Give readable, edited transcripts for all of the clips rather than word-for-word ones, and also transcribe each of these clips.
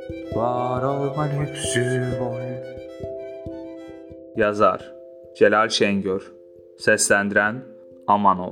Var olma lüksü boy. Yazar Celal Şengör. Seslendiren Amanov.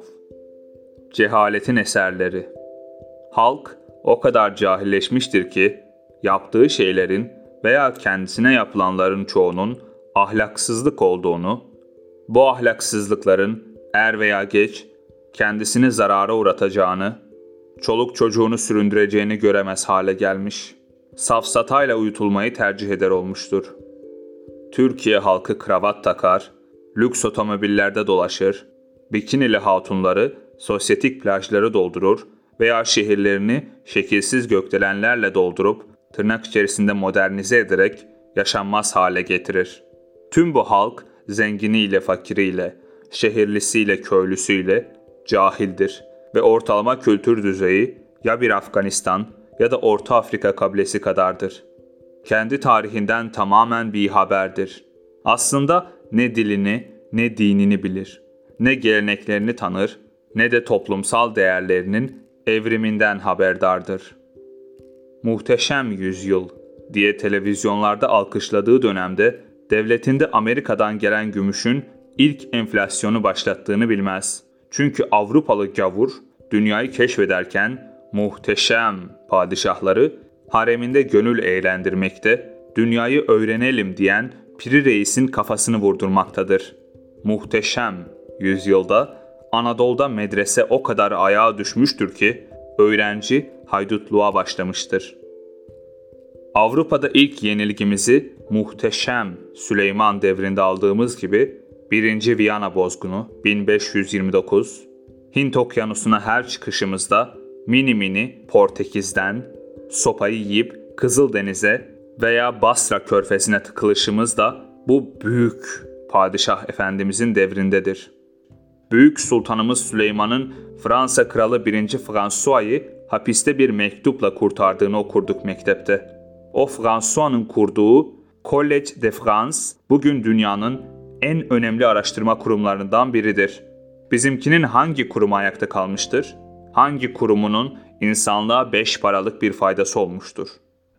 Cehaletin eserleri. Halk o kadar cahilleşmiştir ki yaptığı şeylerin veya kendisine yapılanların çoğunun ahlaksızlık olduğunu, bu ahlaksızlıkların er veya geç kendisini zarara uğratacağını, çoluk çocuğunu süründüreceğini göremez hale gelmiş. Safsatayla uyutulmayı tercih eder olmuştur. Türkiye halkı kravat takar, lüks otomobillerde dolaşır, bikinili hatunları sosyetik plajları doldurur veya şehirlerini şekilsiz gökdelenlerle doldurup tırnak içerisinde modernize ederek yaşanmaz hale getirir. Tüm bu halk zenginiyle fakiriyle, şehirlisiyle köylüsüyle cahildir ve ortalama kültür düzeyi ya bir Afganistan ya da Orta Afrika kabilesi kadardır. Kendi tarihinden tamamen bihaberdir. Aslında ne dilini ne dinini bilir, ne geleneklerini tanır ne de toplumsal değerlerinin evriminden haberdardır. Muhteşem yüzyıl diye televizyonlarda alkışladığı dönemde devletinde Amerika'dan gelen gümüşün ilk enflasyonu başlattığını bilmez. Çünkü Avrupalı gavur dünyayı keşfederken muhteşem padişahları hareminde gönül eğlendirmekte, dünyayı öğrenelim diyen Piri Reis'in kafasını vurdurmaktadır. Muhteşem yüzyılda Anadolu'da medrese o kadar ayağa düşmüştür ki öğrenci haydutluğa başlamıştır. Avrupa'da ilk yenilgimizi muhteşem Süleyman devrinde aldığımız gibi 1. Viyana bozgunu 1529, Hint okyanusuna her çıkışımızda mini mini Portekiz'den sopayı yiyip Kızıldeniz'e veya Basra körfezine tıkılışımız da bu büyük padişah efendimizin devrindedir. Büyük Sultanımız Süleyman'ın Fransa Kralı 1. François'yı hapiste bir mektupla kurtardığını okurduk mektepte. O François'nın kurduğu Collège de France bugün dünyanın en önemli araştırma kurumlarından biridir. Bizimkinin hangi kurumu ayakta kalmıştır? Hangi kurumunun insanlığa 5 paralık bir faydası olmuştur?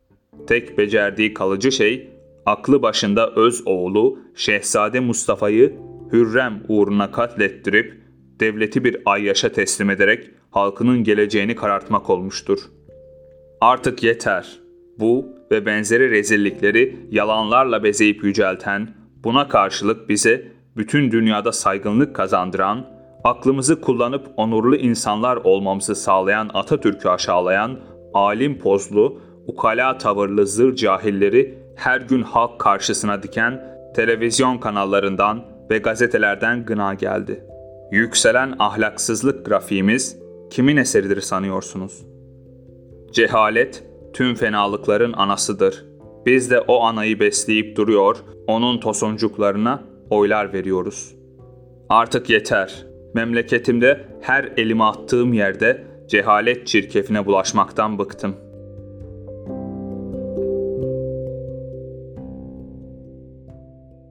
Tek becerdiği kalıcı şey, aklı başında öz oğlu Şehzade Mustafa'yı Hürrem uğruna katlettirip devleti bir ayyaşa teslim ederek halkının geleceğini karartmak olmuştur. Artık yeter. Bu ve benzeri rezillikleri yalanlarla bezeyip yücelten, buna karşılık bize bütün dünyada saygınlık kazandıran, aklımızı kullanıp onurlu insanlar olmamızı sağlayan Atatürk'ü aşağılayan, alim pozlu, ukala tavırlı zır cahilleri her gün halk karşısına diken televizyon kanallarından ve gazetelerden gına geldi. Yükselen ahlaksızlık grafiğimiz kimin eseridir sanıyorsunuz? Cehalet tüm fenalıkların anasıdır. Biz de o anayı besleyip duruyor, onun tosuncuklarına oylar veriyoruz. Artık yeter. Memleketimde her elime attığım yerde cehalet çirkefine bulaşmaktan bıktım.